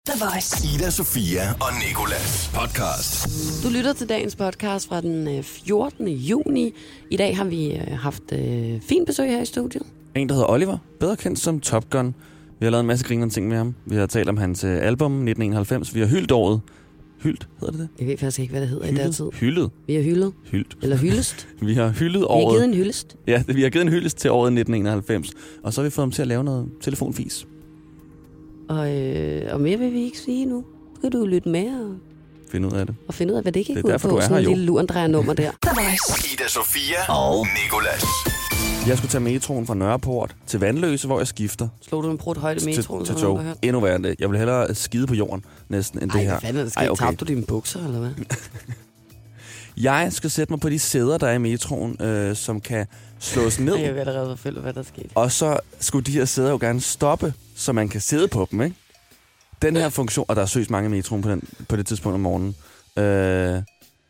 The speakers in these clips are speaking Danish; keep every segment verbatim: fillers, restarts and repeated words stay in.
The Voice. Ida, Sofia og Nicolas podcast. Du lytter til dagens podcast fra den fjortende juni. I dag har vi haft øh, fint besøg her i studiet. En, der hedder Oliver, bedre kendt som Top Gun. Vi har lavet en masse grinerende ting med ham. Vi har talt om hans øh, album nitten enoghalvfems. Vi har hyldt året. Hyldt, hedder det det? Jeg ved faktisk ikke, hvad det hedder hyldet. i der tid. Hyldet. Vi har hyldet. Hyldt. Eller hyldest. Vi har hyldet året. Vi har givet en hyldest. Ja, vi har givet en hyldest til året nitten enoghalvfems. Og så har vi fået ham til at lave noget telefonfis. Og, øh, og mere vil vi ikke sige nu. Så kan du lytte med og finde ud af det. Og finde ud af, hvad det gik det ud på. Sådan en lille lurendrejer-nummer der. Ida, Sofia og Nicolas. Jeg skulle tage metroen fra Nørreport til Vandløse, hvor jeg skifter. Slog du en brudt højde metroen? Til, til tog. Endnu værre end det. Jeg vil hellere skide på jorden næsten end Ej, det her. Ej, hvad fanden er det? Skal okay. Tabte du dine bukser, eller hvad? Jeg skal sætte mig på de sæder, der er i metroen, øh, som kan slås ned. Ej, jeg vil allerede forfølge, hvad der skete. Og så skulle de her sæder jo gerne stoppe, så man kan sidde på dem, ikke? Den her funktion, og der er søgt mange i metroen på, den, på det tidspunkt om morgenen. Øh,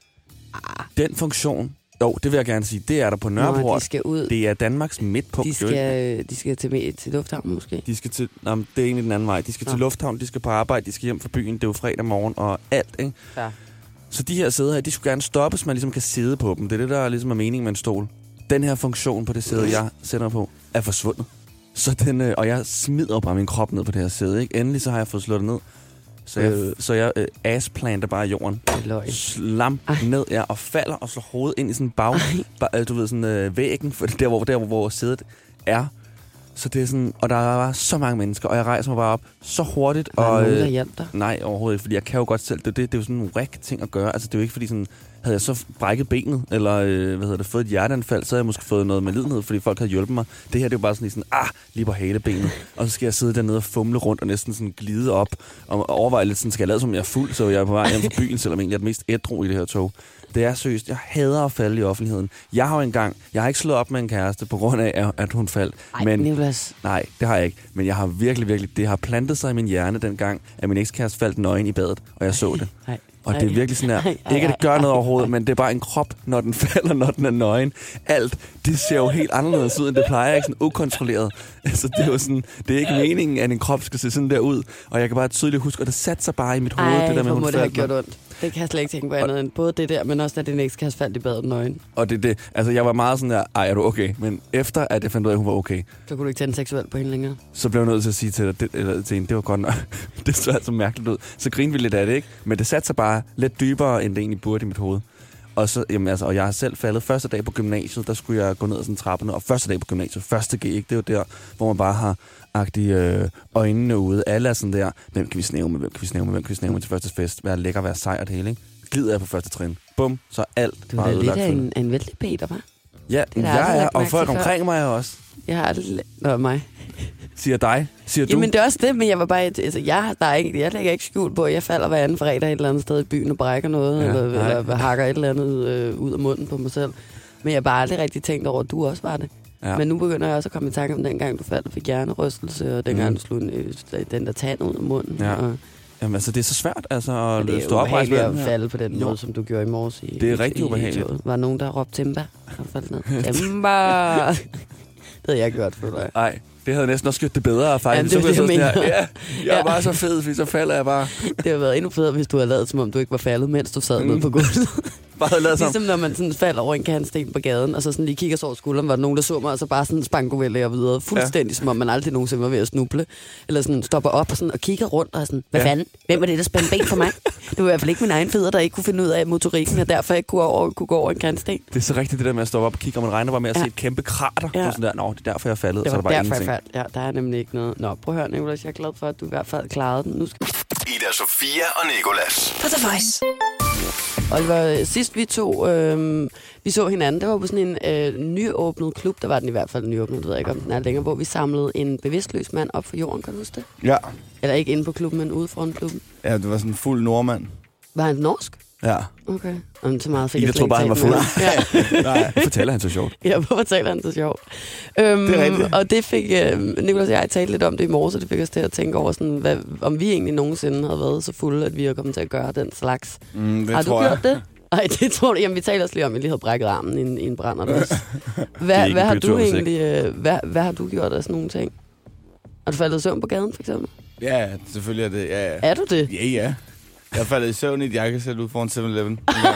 den funktion, jo, det vil jeg gerne sige, det er der på Nørreport. Nå, de skal ud. Det er Danmarks midtpunkt. De skal, de skal til, til lufthavnen måske? De skal til, nå, det er egentlig den anden vej. De skal ja. til lufthavnen, de skal på arbejde, de skal hjem fra byen, det er jo fredag morgen og alt, ikke? Ja. Så de her sæder her, de skulle gerne stoppe, så man ligesom kan sidde på dem. Det er det, der ligesom er meningen med en stol. Den her funktion på det sæde, jeg sætter på, er forsvundet. Så den, øh, og jeg smider bare min krop ned på det her sæde, ikke? Endelig så har jeg fået slået det ned. Så jeg, øh. så jeg øh, assplanter bare jorden. Slam Ej. ned, ja, og falder og slår hovedet ind i sådan en bag, ba, du ved, sådan øh, væggen, for der hvor, der, hvor sædet er. Så det er sådan, og der var så mange mennesker, og jeg rejser mig bare op så hurtigt. Var og, der nogen, der hjalp dig? Nej, overhovedet ikke, fordi jeg kan jo godt selv. Det, det, det er jo sådan en ræk ting at gøre. Altså, det er jo ikke fordi sådan, havde jeg så brækket benet, eller øh, hvad hedder det, fået et hjerteanfald, så havde jeg måske fået noget med lidenhed, fordi folk havde hjulpet mig. Det her, det er jo bare sådan, sådan ah, lige på halebenet. Og så skal jeg sidde dernede og fumle rundt og næsten sådan glide op, og overveje lidt sådan, skal jeg lade som jeg er fuld, så jeg er på vej hjem fra byen, selvom egentlig er det mest ædru i det her tog. Det er seriøst. Jeg hader at falde i offentligheden. Jeg har jo engang, jeg har ikke slået op med en kæreste på grund af, at hun faldt. Ej, men, Nicolas. Nej, det har jeg ikke. Men jeg har virkelig, virkelig, det har plantet sig i min hjerne dengang, at min ekskæreste faldt nøgen i badet, og jeg så det. Ej. Og det er virkelig sådan her, ikke at det gør noget overhovedet, men det er bare en krop, når den falder, når den er nøgen. Alt, det ser jo helt anderledes ud, end det plejer, ikke sådan ukontrolleret. Altså, det er jo sådan, det er ikke meningen, at en krop skal se sådan der ud. Og jeg kan bare tydeligt huske, og det satte sig bare i mit hoved, Ej, det der med, hun faldt. Ej, det har gjort ondt. Det kan jeg slet ikke tænke på andet end både det der, men også da din ekskæreste faldt i badet nøgen. Og det det, altså jeg var meget sådan der, ej, er du okay? Men efter at jeg fandt ud af, at hun var okay. Så kunne du ikke tænde seksuelt på hende længere? Så blev jeg nødt til at sige til dig, det, eller til hende, det var godt nok. Det så altså mærkeligt ud. Så grinede vi lidt af det, ikke? Men det satte sig bare lidt dybere, end det egentlig burde i mit hoved. Og så, jamen altså, og jeg har selv faldet første dag på gymnasiet, der skulle jeg gå ned ad sådan trapperne, og første dag på gymnasiet, første G, ikke? Det er jo der, hvor man bare har agtige øh, øjnene ude. Alle er sådan der, hvem kan vi snæve med, hvem kan vi snæve med, hvem kan vi snæve med til første fest? Være lækker, være sej og det hele, ikke? Glider jeg på første trin. Bum, så alt du bare ødelagt. Du er lidt af en, en vældig Peter, hva'? Ja, det jeg er, og folk omkring mig er også. Jeg har aldrig... Nå, mig. Siger dig? Siger du? Jamen, det er også det, men jeg var bare... Altså, jeg, der er ikke, jeg lægger ikke skjult på, at jeg falder hver anden fredag et eller andet sted i byen og brækker noget, ja, eller, eller hakker et eller andet øh, ud af munden på mig selv. Men jeg har bare aldrig rigtig tænkt over, at du også var det. Ja. Men nu begynder jeg også at komme i tanke om dengang, du faldt og fik hjernerystelse, og dengang mm. du slog en, øh, den der tand ud af munden. Ja. Og, jamen, altså, det er så svært altså, at ja, stå op. Det er ubehageligt at falde på den jo. måde, som du gjorde i morges. I, det er rigtig ubehageligt. Var der nogen, der råbte Timba? Og faldt ned. Timba! Det havde jeg gjort for dig. Nej, det havde næsten også gjort det bedre, faktisk. Ja, det, så det, jeg, jeg, ja, jeg er bare så fed, fordi så falder jeg bare. Det havde været endnu federe, hvis du havde lavet, som om du ikke var faldet, mens du sad mm. nede på gulvet. Ligesom når man sådan falder over en kantsten på gaden, og så sådan lige kigger så over skulderen, var der nogen, der så mig, og så bare sådan spankovælder og videre. Fuldstændig, ja. Som om man aldrig nogensinde var ved at snuble. Eller sådan stopper op og, sådan, og kigger rundt og sådan, hvad ja. fanden? Hvem er det, der spændte ben for mig? Det var i hvert fald ikke min egen fædre, der ikke kunne finde ud af motorikken, og derfor ikke kunne, over, kunne gå over en kantsten. Det er så rigtigt, det der med at stoppe op og kigge, og man regner bare med at ja. se et kæmpe krater. Ja. Og sådan der, nå, det er derfor, jeg er faldet, det så er der bare derfor, ingenting. Ja, der er nemlig ikke noget. Nå, prøv at høre, Nicolas, jeg er glad for, at du i hvert fald klarede den. Nu skal... Ida, Sofia og Nicolas. For The Voice. Oliver, sidst vi to, øh, vi så hinanden, det var på sådan en øh, nyåbnet klub, der var den i hvert fald nyåbnet, det ved jeg ikke om den er længere, hvor vi samlede en bevidstløs mand op for jorden, kan du huske det? Ja. Eller ikke inde på klubben, men ude foran klubben. Ja, det var sådan en fuld nordmand. Var han norsk? Ja. Okay. Om så meget fik jeg, jeg tror bare, han var fuld. Ja. Nej, det fortæller han så sjovt. Ja, hvor fortæller han så sjovt. Øhm, det er rigtigt. Og det fik, øh, Nicolas og jeg talte lidt om det i morges, og det fik os til at tænke over, sådan, hvad, om vi egentlig nogensinde havde været så fulde, at vi er kommet til at gøre den slags. Mm, det Har du tror gjort jeg. det? Nej, det tror du. Jamen, vi taler også lige om, at jeg lige havde brækket armen i en, i en brænder. Hvad, hvad har du egentlig, øh, hvad, hvad har du gjort af sådan nogle ting? Har du faldet i søvn på gaden, for eksempel? Ja, selvfølgelig er det. Ja, ja. Er du det? Ja, ja. Jeg faldet i søvn i et jakkesæt ud foran seven eleven.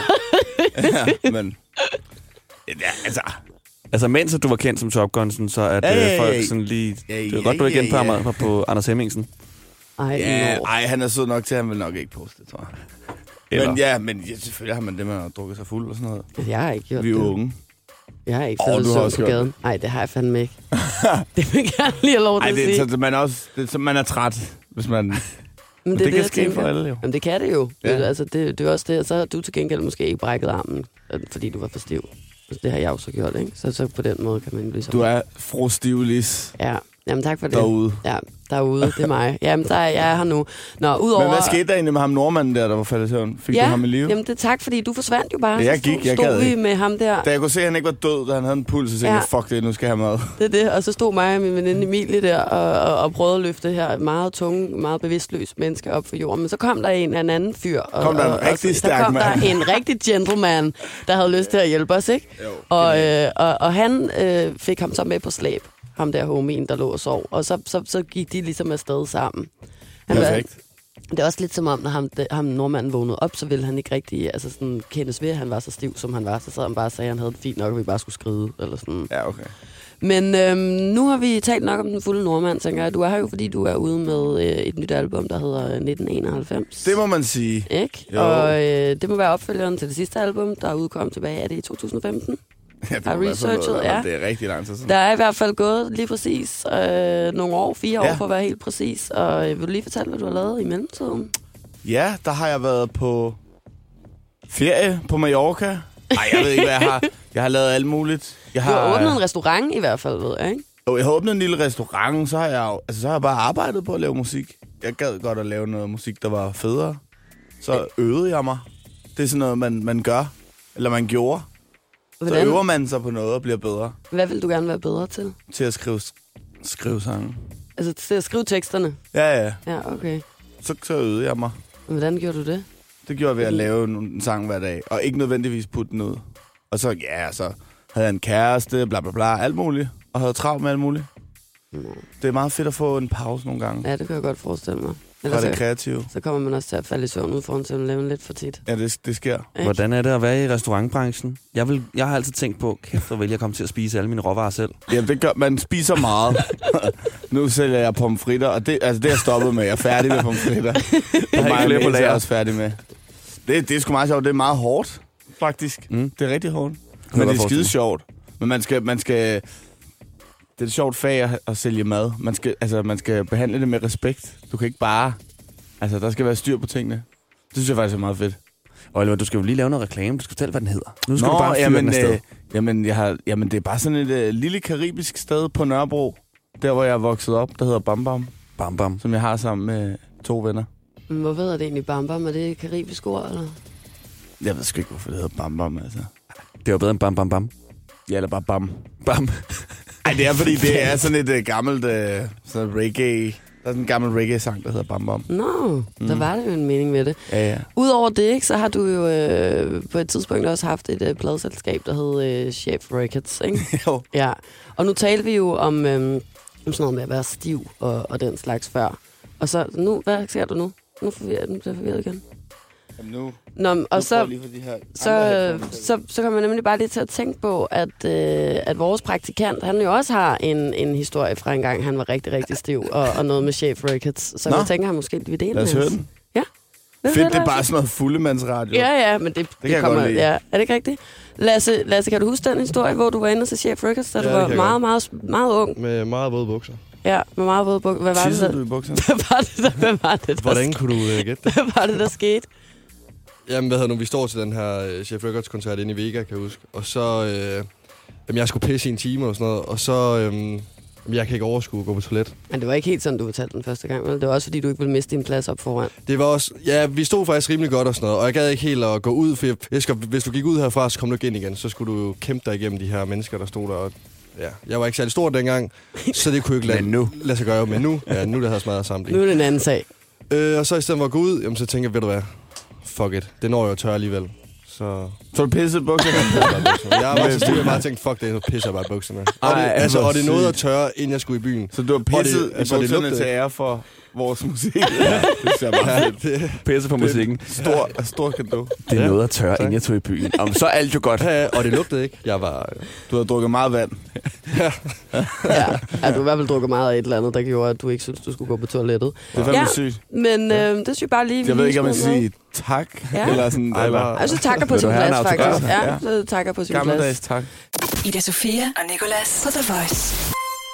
Ja, men... Ja, altså... Altså, mens du var kendt som Top Gun, så at ja, ja, ja. folk sådan lige... Ja, ja, det var godt, du ikke endte ja, ja. på, på Anders Hemmingsen. Ej, ja, ej, han er sød nok til, at han vil nok ikke poste det, tror jeg. Eller? Men ja, men ja, selvfølgelig har man det, man har drukket sig fuld og sådan noget. Jeg har ikke gjort Vi er det. unge. Jeg har ikke faldet oh, søvn på gaden. Nej, det har jeg fandme ikke. Det vil jeg gerne lige have lov til ej, at det, sige. Så, man, er også, det, så man er træt, hvis man... Men det, det, det kan det, ske for alle, jo. Jamen, det kan det jo. Ja. Det, altså, det, det er også det. Så har du til gengæld måske ikke brækket armen, fordi du var for stiv. Altså, det har jeg også gjort, ikke? Så, så på den måde kan man ligesom... Du er fru Stivlis. Ja. Jamen, tak for det. Derude. Ja, derude. Det er mig. Jamen, der er jeg her nu. Nå, udover... Men hvad skete der egentlig med ham nordmanden der, der var faldet i søvn? Fik ja, du ham i live? Jamen, det er tak, fordi du forsvandt jo bare. Ja, jeg gik, jeg gad ikke. Vi med ham der. Da jeg kunne se, at han ikke var død, da han havde en puls, så tænkte jeg, ja. fuck det, nu skal jeg have mad. Det er det, og så stod mig og min veninde Emilie der og, og, og prøvede at løfte det her meget tunge, meget bevidstløs menneske op for jorden. Men så kom der en af en anden fyr. Og, kom der en og, rigtig og, stærk så kom mand. der en rigtig gentleman, der havde lyst til at hjælpe os, ikke? Jo, og, øh, og, og han øh, fik ham så med på slæb. Ham der homien, der lå og sov. Og så, så, så gik de ligesom afsted sammen. Han Perfekt. Var, det er også lidt som om, når ham, det, ham nordmanden vågnede op, så ville han ikke rigtig altså sådan, kendes ved, at han var så stiv, som han var. Så sad han bare og sagde, at han havde det fint nok, og vi bare skulle skride. Eller sådan. Ja, okay. Men øhm, nu har vi talt nok om den fulde nordmand, tænker jeg. Du er her jo, fordi du er ude med øh, et nyt album, der hedder nitten enoghalvfems. Det må man sige. Ikke? Jo. Og øh, det må være opfølgeren til det sidste album, der udkom tilbage. Er det i to tusind og femten? Ja, det har researchet, ja. Det er rigtig lang tid siden. Der er i hvert fald gået lige præcis øh, nogle år, fire år ja. for at være helt præcis. Og øh, vil du lige fortælle, hvad du har lavet i mellemtiden? Ja, der har jeg været på ferie på Mallorca. Nej, jeg ved ikke, hvad jeg har. Jeg har lavet alt muligt. Jeg har, du har åbnet en restaurant i hvert fald, ved jeg, ikke? Jo, jeg har åbnet en lille restaurant, så har jeg, altså, så har jeg bare arbejdet på at lave musik. Jeg gad godt at lave noget musik, der var federe. Så øvede jeg mig. Det er sådan noget, man, man gør. Eller man gjorde. Hvordan? Så øver man sig på noget og bliver bedre. Hvad vil du gerne være bedre til? Til at skrive, skrive sange. Altså til at skrive teksterne? Ja, ja. Ja, okay. Så, så øvede jeg mig. Hvordan gjorde du det? Det gjorde jeg ved at lave en sang hver dag. Og ikke nødvendigvis putte den ud. Og så, ja, så havde jeg en kæreste, bla bla bla, alt muligt. Og havde travlt med alt muligt. Mm. Det er meget fedt at få en pause nogle gange. Ja, det kan jeg godt forestille mig. Fra det kreative. Så kommer man også til at falde i søvn ud foran til at lave lidt for tit. Ja, det, det sker. Ikke? Hvordan er det at være i restaurantbranchen? Jeg, vil, jeg har altid tænkt på, kæft, hvor vil jeg komme til at spise alle mine råvarer selv. Ja, det gør, man spiser meget. Nu sælger jeg pomfritter, og det, altså det er jeg stoppet med. Jeg er færdig med pomfritter. Jeg har ikke flere på lager. Jeg er også færdig med. Det, det er sgu meget sjovt. Det er meget hårdt, faktisk. Mm. Det er rigtig hårdt. Men det er skide sjovt. Men man skal... Man skal det er et sjovt fag at, at sælge mad. Man skal, altså, man skal behandle det med respekt. Du kan ikke bare... Altså, der skal være styr på tingene. Det synes jeg faktisk er meget fedt. Og Oliver, du skal jo lige lave noget reklame. Du skal fortælle, hvad den hedder. Nu skal Nå, du bare fyre jamen, den afsted. Øh, jamen, jeg har, jamen, det er bare sådan et øh, lille karibisk sted på Nørrebro. Der, hvor jeg er vokset op. Der hedder Bam Bam. Bam Bam. Som jeg har sammen med to venner. Men hvor ved jeg det egentlig Bam Bam? Er det et karibisk ord, eller? Jeg ved sgu ikke, hvorfor det hedder Bam Bam, altså. Det var bedre end Bam Bam Bam. Ja, eller bare Bam. Bam. Ej, det er fordi, det er sådan et uh, gammelt uh, sådan et reggae... Der er sådan en gammel reggae-sang, der hedder Bam Bam. Nå, no, mm. der var det jo en mening med det. Ja, ja. Udover det, ikke, så har du jo øh, på et tidspunkt også haft et øh, pladeselskab, der hed øh, Chef Records, ikke? Jo. Ja, og nu taler vi jo om, øh, om sådan noget med at være stiv og, og den slags før. Og så nu, hvad ser du nu? Nu bliver jeg forvirret igen. Jamen nu, Nå, og nu så, lige for de her så, så, så kommer man nemlig bare lige til at tænke på, at, øh, at vores praktikant, han jo også har en, en historie fra en gang, han var rigtig, rigtig stiv, og, og noget med Chef Records. Så Nå. jeg tænker, han måske vil dele med os. Lad os høre den. Ja. Fedt, det er bare sådan noget fuldemandsradio. Ja, ja, men det, det, det kommer... Ja. Er det ikke rigtigt? Lasse, Lasse, kan du huske den historie, hvor du var inde til Chef Records, da ja, du var meget, meget, meget, meget ung? Med meget våde bukser. Ja, med meget våde bukser. Hvad var Tissede det, du i bukserne? Hvad var det, der, hvad var det, der Hvordan kunne du uh, gætte det? Hvad var det, der skete? Jamen, hvad hedder nu, vi står til den her uh, Chef Records-koncert inde i Vega, kan jeg huske. Og så... Uh, jamen, jeg skulle pisse i en time og sådan noget. Og så... Um, jeg kan ikke overskue at gå på toilet. Men det var ikke helt sådan, du fortalte den første gang, vel? Det var også, fordi du ikke ville miste din plads op foran. Det var også... Ja, vi stod faktisk rimelig godt og sådan noget. Og jeg gad ikke helt at gå ud, for jeg, jeg skal, hvis du gik ud herfra, så kom du ikke ind igen. Så skulle du jo kæmpe dig igennem de her mennesker, der stod der. Og, ja, jeg var ikke særlig stor dengang, så det kunne ikke lade, men nu. lade sig gøre. Men nu, ja, nu der havde smadret samtlige. Nu er det en anden sag. Øh, og så i stedet for at gå ud, jamen, så tænker jeg, ved du hvad, fuck it, det når jeg jo tør alligevel. Så... Så du pissede bukserne? Jeg var så styr, jeg bare tænkte, fuck det, nu pisser jeg bare i bukserne. Og det, altså, og det nåede at tørre, inden jeg skulle i byen. Så du har pisset det, i altså, bukserne til ære for vores musik? Ja, det ser bare fedt. Pisse på musikken. Stor, stor kado. Det er noget at tørre, inden jeg tog i byen. Om, så er alt jo godt. Ja, og det lugtede ikke. Jeg var... Du havde drukket meget vand. ja. ja, du har i hvert fald drukket meget af et eller andet, der gjorde, at du ikke synes, du skulle gå på toilettet. Det er fandme ja, sygt. Men øh, det synes jeg bare lige... Jeg ved ikke, om jeg siger tak. Ja. Eller sådan, Ej, eller... Jeg synes, takker på sin plads, faktisk. Ja, ja. Så takker på sin plads. Gammeldags tak. Ida Sofia og Nicolas på The Voice.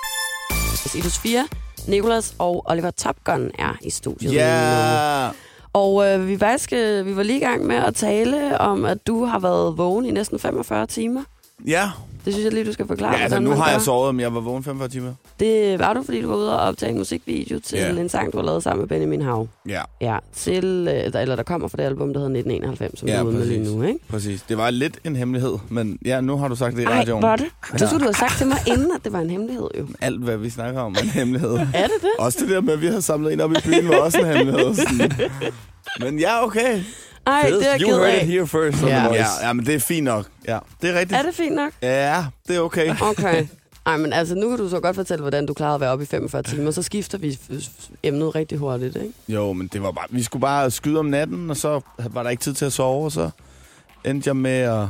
Ida Sofia, Nicolas og Oliver Top Gun er i studiet. Ja! Yeah. Og øh, vi, faktisk, øh, vi var lige i gang med at tale om, at du har været vågen i næsten femogfyrre timer. Ja. Det synes jeg lige, du skal forklare. Ja, altså nu har jeg sovet, men jeg var vågen femogfyrre timer. Det var du, fordi du var ude og optage en musikvideo til yeah. en sang, du har lavet sammen med Benjamin Hav. Ja. Ja, til, eller, eller der kommer fra det album, der hedder nitten enoghalvfems, som ja, du er ude med lige nu, ikke? Præcis. Det var lidt en hemmelighed, men ja, nu har du sagt det i Ej, radioen. var det? Ja. Det skulle du have sagt til mig inden, at det var en hemmelighed, jo. Alt, hvad vi snakker om, er en hemmelighed. Er det det? Også det der med, at vi har samlet en op i byen, var også en hemmelighed. Sådan. Men ja, okay. Ej, det er you heard it here first. Ja. Ja, ja, men det er fint nok. Ja, det er rigtigt. Er det fint nok? Ja, det er okay. Okay. Ej, men altså, nu kan du så godt fortælle, hvordan du klarede at være oppe i femogfyrre timer, så skifter vi emnet rigtig hurtigt, ikke? Jo, men det var bare... Vi skulle bare skyde om natten, og så var der ikke tid til at sove, og så endte jeg med at...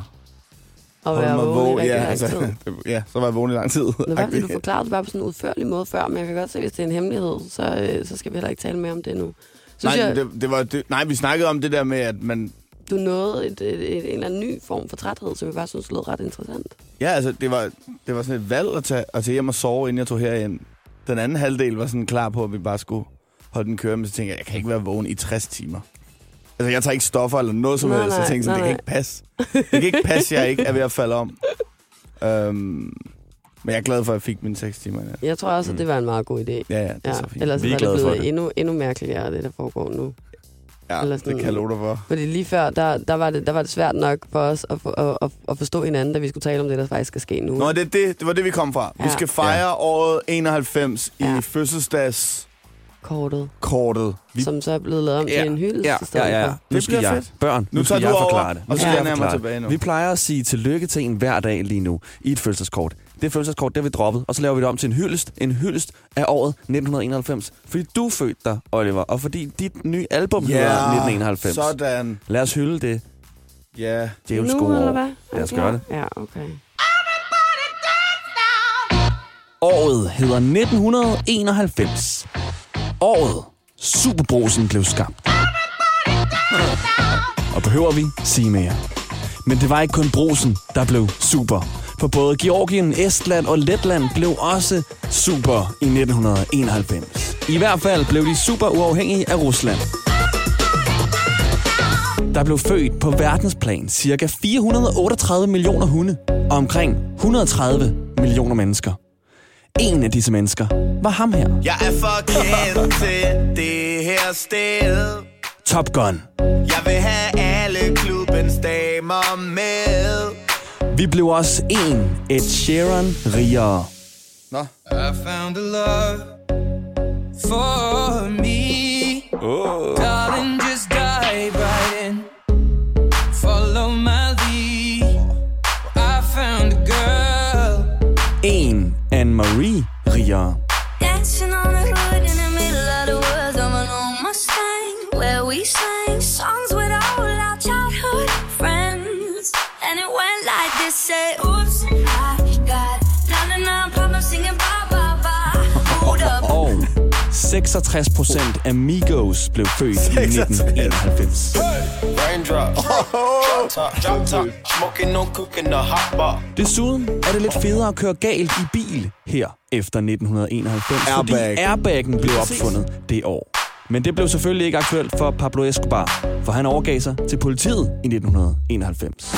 Og være vågen i ja, lang altså, tid. Ja, så var jeg vågen i lang tid. Det var, fordi du forklarede det bare på sådan en udførlig måde før, men jeg kan godt se, hvis det er en hemmelighed, så, øh, så skal vi heller ikke tale mere om det nu. Nej, jeg, det, det var, det, nej, vi snakkede om det der med, at man... Du nåede et, et, et, en eller anden ny form for træthed, som jeg bare synes lød ret interessant. Ja, altså, det var, det var sådan et valg at tage, at tage hjem og sove, inden jeg tog herind. Den anden halvdel var sådan klar på, at vi bare skulle holde den køre, men så tænkte jeg, jeg kan ikke være vågen i tres timer. Altså, jeg tager ikke stoffer eller noget som helst, så jeg tænkte sådan, nej, det kan ikke passe. Det kan ikke passe, jeg ikke er ved at falde om. Um, men jeg er glad for, at jeg fik mine seks timer. Ja. Jeg tror også, at det var en meget god idé. Ja, ja, det er ja, så fint. Ellers vi er det blevet endnu, endnu mærkeligere, det der foregår nu. Ja, sådan, det kan jeg love dig for. Fordi lige før, der, der, var det, der var det svært nok for os at, at, at, at forstå hinanden, da vi skulle tale om det, der faktisk skal ske nu. Nå, det, det, det var det, vi kom fra. Ja. Vi skal fejre ja. året enoghalvfems ja. i fødselsdags... Kortet. Kortet. Vi... Som så er blevet lavet om ja. til en hyldest. Ja, ja, ja. ja. Nu skal jeg, fedt. børn, nu, nu skal jeg forklare det. Og så ja. jeg mig tilbage nu. Vi plejer at sige tillykke til en hver dag lige nu i et fødselskort. Det fødselskort, det har vi droppet, og så laver vi det om til en hyldest. En hyldest af året nitten enoghalvfems. Fordi du fødte dig, Oliver, og fordi dit nye album yeah. hedder nitten enoghalvfems. Sådan. Lad os hylde det. Ja. Yeah. Djævels gode år. Lad os gøre det. Ja, okay. Året hedder nitten enoghalvfems. Året Superbrugsen blev skabt. Og behøver vi sige mere. Men det var ikke kun Brugsen, der blev super. For både Georgien, Estland og Letland blev også super i nitten enoghalvfems. I hvert fald blev de super uafhængige af Rusland. Der blev født på verdensplan cirka fire hundrede otteogtredive millioner hunde og omkring et hundrede og tredive millioner mennesker. En af disse mennesker var ham her. Jeg er for kendt til det her sted. Top Gun. Jeg vil have alle klubbens damer med. Vi blev også en Ed Sheeran rigere. Nå. I found a love for me. Oh. Darling, just dive right in. Follow my lead. I found a girl. En Anne-Marie rigere. Dancing on the hood in the middle of the woods of an old Mustang, where we sang songs with all our childhood friends. And it went like this, say, oops, I got ninety-nine problems singing bye, bye, bye. Hold up. Og seksogtres procent af Migos blev født i nitten enoghalvfems. Desuden er det lidt federe at køre galt i bil her efter nitten enoghalvfems, Airbag. fordi airbaggen blev opfundet det år. Men det blev selvfølgelig ikke aktuelt for Pablo Escobar, for han overgav sig til politiet i nitten enoghalvfems.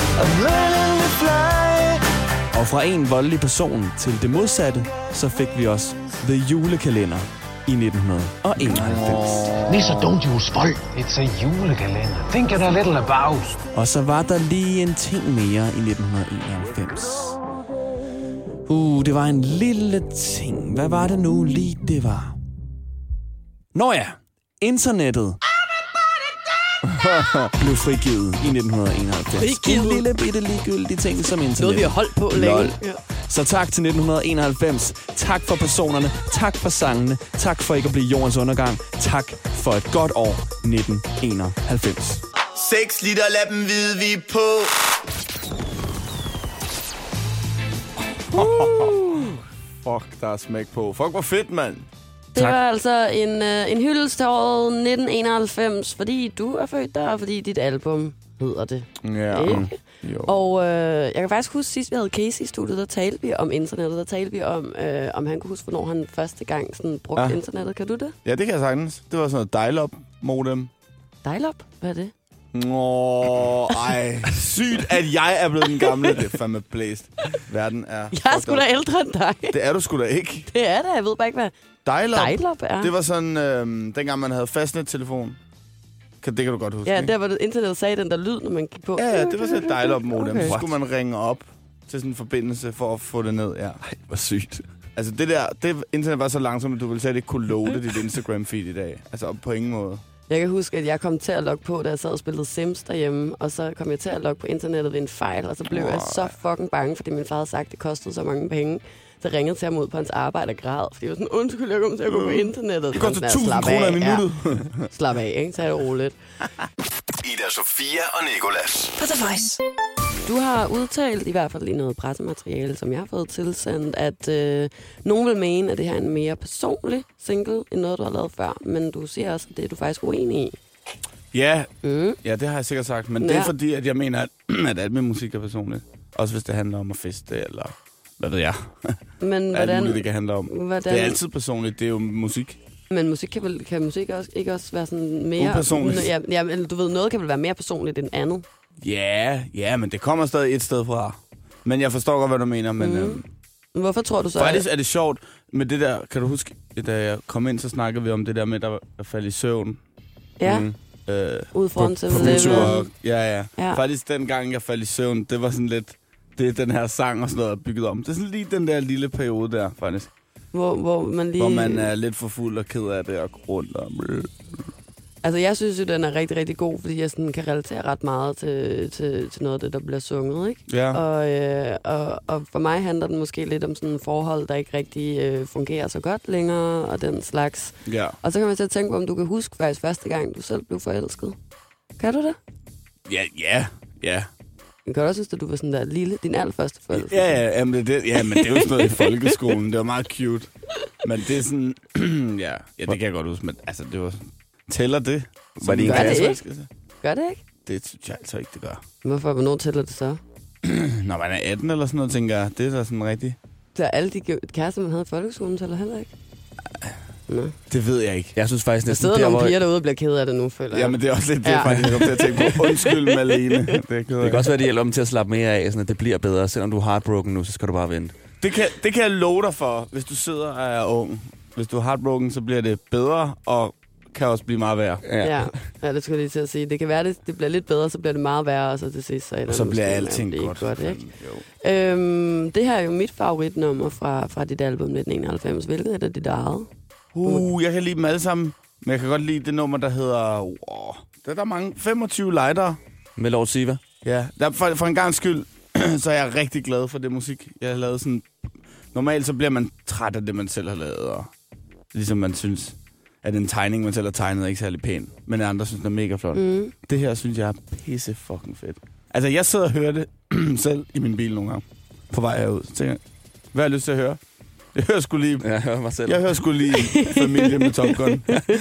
Og fra en voldelig person til det modsatte, så fik vi også The Julekalender i nitten enoghalvfems. Nisser, don't use vold. It's a julekalender. Think it a little about. Og så var der lige en ting mere i nitten enoghalvfems. Uh, det var en lille ting. Hvad var det nu lige, det var? Nå ja, internettet. blev frigivet i nitten enoghalvfems. Frigivet? En lille bitte ligegyldig ting som internet. Noget, vi har holdt på længe. Ja. Så tak til nitten enoghalvfems. Tak for personerne. Tak for sangene. Tak for ikke at blive jordens undergang. Tak for et godt år, nitten enoghalvfems. seks liter, lad dem vide, vi er på. Uh. Fuck, der er smæk på. Fuck, hvor fedt, mand. Det tak. var altså en, øh, en hyldest til året nitten enoghalvfems, fordi du er født der, og fordi dit album hedder det. Ja. Okay. Og øh, jeg kan faktisk huske, sidst vi havde Casey i studiet, der talte vi om internettet. Der talte vi om, øh, om han kunne huske, hvornår han første gang sådan, brugte ja. internettet. Kan du det? Ja, det kan jeg sagtens. Det var sådan noget dial-up modem. Dial-up? Hvad er det? Nå, ej. Sygt, at jeg er blevet den gamle. Det er fandme blæst. Verden er... Jeg er sgu da ældre end dig. Det er du sgu da ikke. Det er det. Jeg ved bare ikke, hvad dial-up, dial-up er. Det var sådan, øh, dengang man havde fastnet-telefon. Det kan du godt huske, Ja, ikke? der var det internet sagde den der lyd, når man gik på. Ja, ja, det var sådan et dial-up modem. Okay. Så skulle man ringe op til sådan en forbindelse for at få det ned. Ja. Ej, hvor sygt. Altså det der, det internet var så langsomt, at du ville slet ikke kunne loade dit Instagram-feed i dag. Altså på ingen måde. Jeg kan huske, at jeg kom til at logge på, da jeg sad og spillede Sims derhjemme, og så kom jeg til at logge på internettet ved en fejl, og så blev oh. jeg så fucking bange, fordi min far havde sagt, at det kostede så mange penge. Så ringede til ham ud på hans arbejde og græd, fordi jeg var sådan, undskyld, jeg kommer til at gå på internettet. Det koster tusind kroner i minuttet. Ja. Slap af, ikke? Tag det roligt. Ida Sofia og Nicolas. På The Voice. Du har udtalt, i hvert fald i noget pressemateriale, som jeg har fået tilsendt, at øh, nogen vil mene, at det her er en mere personlig single, end noget, du har lavet før. Men du siger også, at det er du faktisk uenig i. Ja, mm. ja, det har jeg sikkert sagt. Men ja. Det er fordi, at jeg mener, at, at alt med musik er personligt. Også hvis det handler om at feste, eller hvad ved jeg. Men hvordan, alt muligt, det kan handle om. Hvordan, det er altid personligt, det er jo musik. Men musik kan, vel, kan musik også, ikke også være sådan mere... Upersonligt. Ja, ja, du ved, noget kan vel være mere personligt end andet. Ja, ja, men det kommer stadig et sted fra. Men jeg forstår godt, hvad du mener. Men, mm. øhm, hvorfor tror du så... Faktisk er det sjovt med det der... Kan du huske, da jeg kom ind, så snakkede vi om det der med, der faldt i søvn. Ja, mm, øh, ude foran til Ja, ja, ja. Faktisk den gang, jeg faldt i søvn, det var sådan lidt... Det er den her sang og sådan noget, er bygget om. Det er sådan lige den der lille periode der, faktisk. Hvor, hvor man lige... Hvor man er lidt for fuld og ked af det og går rundt og... Altså, jeg synes jo, den er rigtig, rigtig god, fordi jeg sådan kan relatere ret meget til, til, til noget af det, der bliver sunget, ikke? Ja. Og, øh, og, og for mig handler den måske lidt om sådan en forhold, der ikke rigtig øh, fungerer så godt længere, og den slags. Ja. Og så kan man til at tænke på, om du kan huske faktisk første gang, du selv blev forelsket. Kan du det? Ja, ja, ja. Jeg kan også synes, at du var sådan der lille, din allerførste forelskelse. Ja, ja, ja, men det, ja, men det er jo sådan noget i folkeskolen. Det var meget cute. Men det er sådan... ja, ja, det kan jeg godt huske, men altså, det var sådan... Tæller det? Var det gør det ikke? Gør det ikke? Det synes jeg altså ikke, det gør. Hvorfor? Hvornår tæller det så? Når man er atten eller sådan noget, tænker jeg, det er da sådan rigtigt. Så alle de kærester, man havde i folkeskolen, tæller heller ikke? Nå. Det ved jeg ikke. Jeg synes faktisk næsten... Der sidder nogle piger derude og bliver ked af det nu, føler jeg. Ja, men det er også lidt det, ja. Faktisk, jeg kommer til at tænke på. Undskyld, Malene. Det, det kan også være, det hjælper dem til at slappe mere af, sådan at det bliver bedre. Selvom du er heartbroken nu, så skal du bare vente. Det kan, det kan jeg love dig for, hvis du sidder og er ung. Hvis du er heartbroken, så bliver det bedre, og kan også blive meget værre. Ja, ja, ja det skulle jeg lige til at sige. Det kan være, det, det bliver lidt bedre, så bliver det meget værre, og så til sidst... Så, og så bliver alting godt. godt ikke? Øhm, det her er jo mit favoritnummer fra, fra dit album nitten enoghalvfems. Hvilket er det dit eget? Uh, jeg kan lide dem alle sammen. Men jeg kan godt lide det nummer, der hedder... Wow, der er der mange... femogtyve lightere. Med Lord Siva. Ja, der, for, for en gang skyld, så er jeg rigtig glad for det musik, jeg har lavet. Sådan, normalt så bliver man træt af det, man selv har lavet. Og ligesom man synes, at en tegning, man selv har tegnet, er ikke særlig pæn. Men andre synes, den er mega flot. Mm. Det her synes jeg er pisse fucking fedt. Altså, jeg sidder og hører det selv i min bil nogle gange. På vej herud. Så tænker jeg, hvad har jeg lyst til at høre? Jeg hører sgu lige... Ja, jeg hører mig selv. Jeg hører sgu lige Familie med Top Gun.